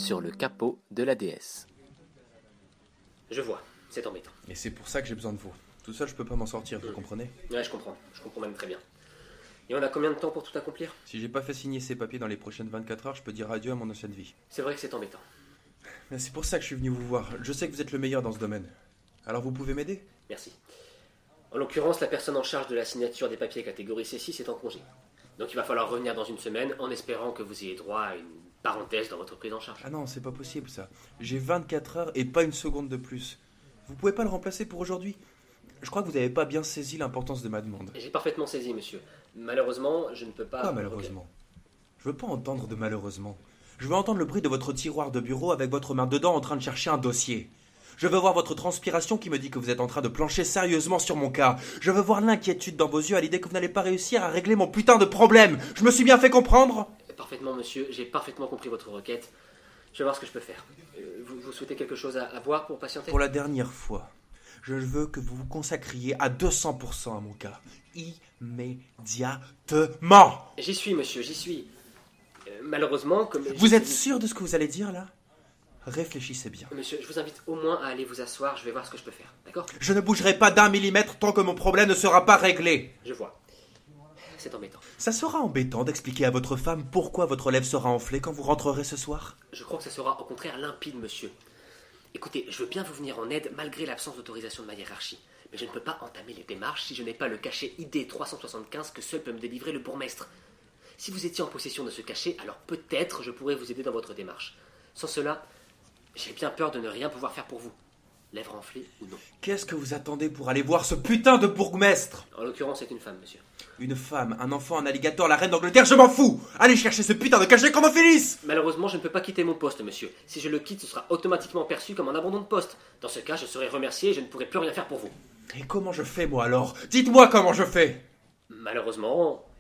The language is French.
sur le capot de la DS. Je vois, c'est embêtant. Et c'est pour ça que j'ai besoin de vous. Tout seul, je peux pas m'en sortir, vous comprenez? Ouais, je comprends même très bien. Et on a combien de temps pour tout accomplir? Si j'ai pas fait signer ces papiers dans les prochaines 24 heures, je peux dire adieu à mon ancienne vie. C'est vrai que c'est embêtant. Mais c'est pour ça que je suis venu vous voir. Je sais que vous êtes le meilleur dans ce domaine. Alors vous pouvez m'aider? Merci. En l'occurrence, la personne en charge de la signature des papiers catégorie C6 est en congé. Donc il va falloir revenir dans une semaine en espérant que vous ayez droit à une parenthèse dans votre prise en charge. Ah non, c'est pas possible ça. J'ai 24 heures et pas une seconde de plus. Vous pouvez pas le remplacer pour aujourd'hui? Je crois que vous n'avez pas bien saisi l'importance de ma demande. J'ai parfaitement saisi, monsieur. Malheureusement, je ne peux pas... Pas malheureusement. Je veux pas entendre de malheureusement. Je veux entendre le bruit de votre tiroir de bureau avec votre main dedans en train de chercher un dossier. Je veux voir votre transpiration qui me dit que vous êtes en train de plancher sérieusement sur mon cas. Je veux voir l'inquiétude dans vos yeux à l'idée que vous n'allez pas réussir à régler mon putain de problème. Je me suis bien fait comprendre? Parfaitement, monsieur. J'ai parfaitement compris votre requête. Je vais voir ce que je peux faire. Vous souhaitez quelque chose à voir pour patienter? Pour la dernière fois, je veux que vous vous consacriez à 200% à mon cas. Immédiatement. J'y suis, monsieur, j'y suis. Malheureusement, comme... Vous êtes sûr de ce que vous allez dire, là? Réfléchissez bien. Monsieur, je vous invite au moins à aller vous asseoir, je vais voir ce que je peux faire, d'accord? Je ne bougerai pas d'un millimètre tant que mon problème ne sera pas réglé. Je vois. C'est embêtant. Ça sera embêtant d'expliquer à votre femme pourquoi votre lèvre sera enflée quand vous rentrerez ce soir? Je crois que ça sera au contraire limpide, monsieur. Écoutez, je veux bien vous venir en aide malgré l'absence d'autorisation de ma hiérarchie. Mais je ne peux pas entamer les démarches si je n'ai pas le cachet ID 375 que seul peut me délivrer le bourgmestre. Si vous étiez en possession de ce cachet, alors peut-être je pourrais vous aider dans votre démarche. Sans cela, j'ai bien peur de ne rien pouvoir faire pour vous. Lèvres enflées ou non. Qu'est-ce que vous attendez pour aller voir ce putain de bourgmestre? En l'occurrence, c'est une femme, monsieur. Une femme, un enfant, un alligator, la reine d'Angleterre, je m'en fous! Allez chercher ce putain de cachet comme Ophélis! Malheureusement, je ne peux pas quitter mon poste, monsieur. Si je le quitte, ce sera automatiquement perçu comme un abandon de poste. Dans ce cas, je serai remercié et je ne pourrai plus rien faire pour vous. Et comment je fais, moi, alors? Dites-moi comment je fais! Malheureusement,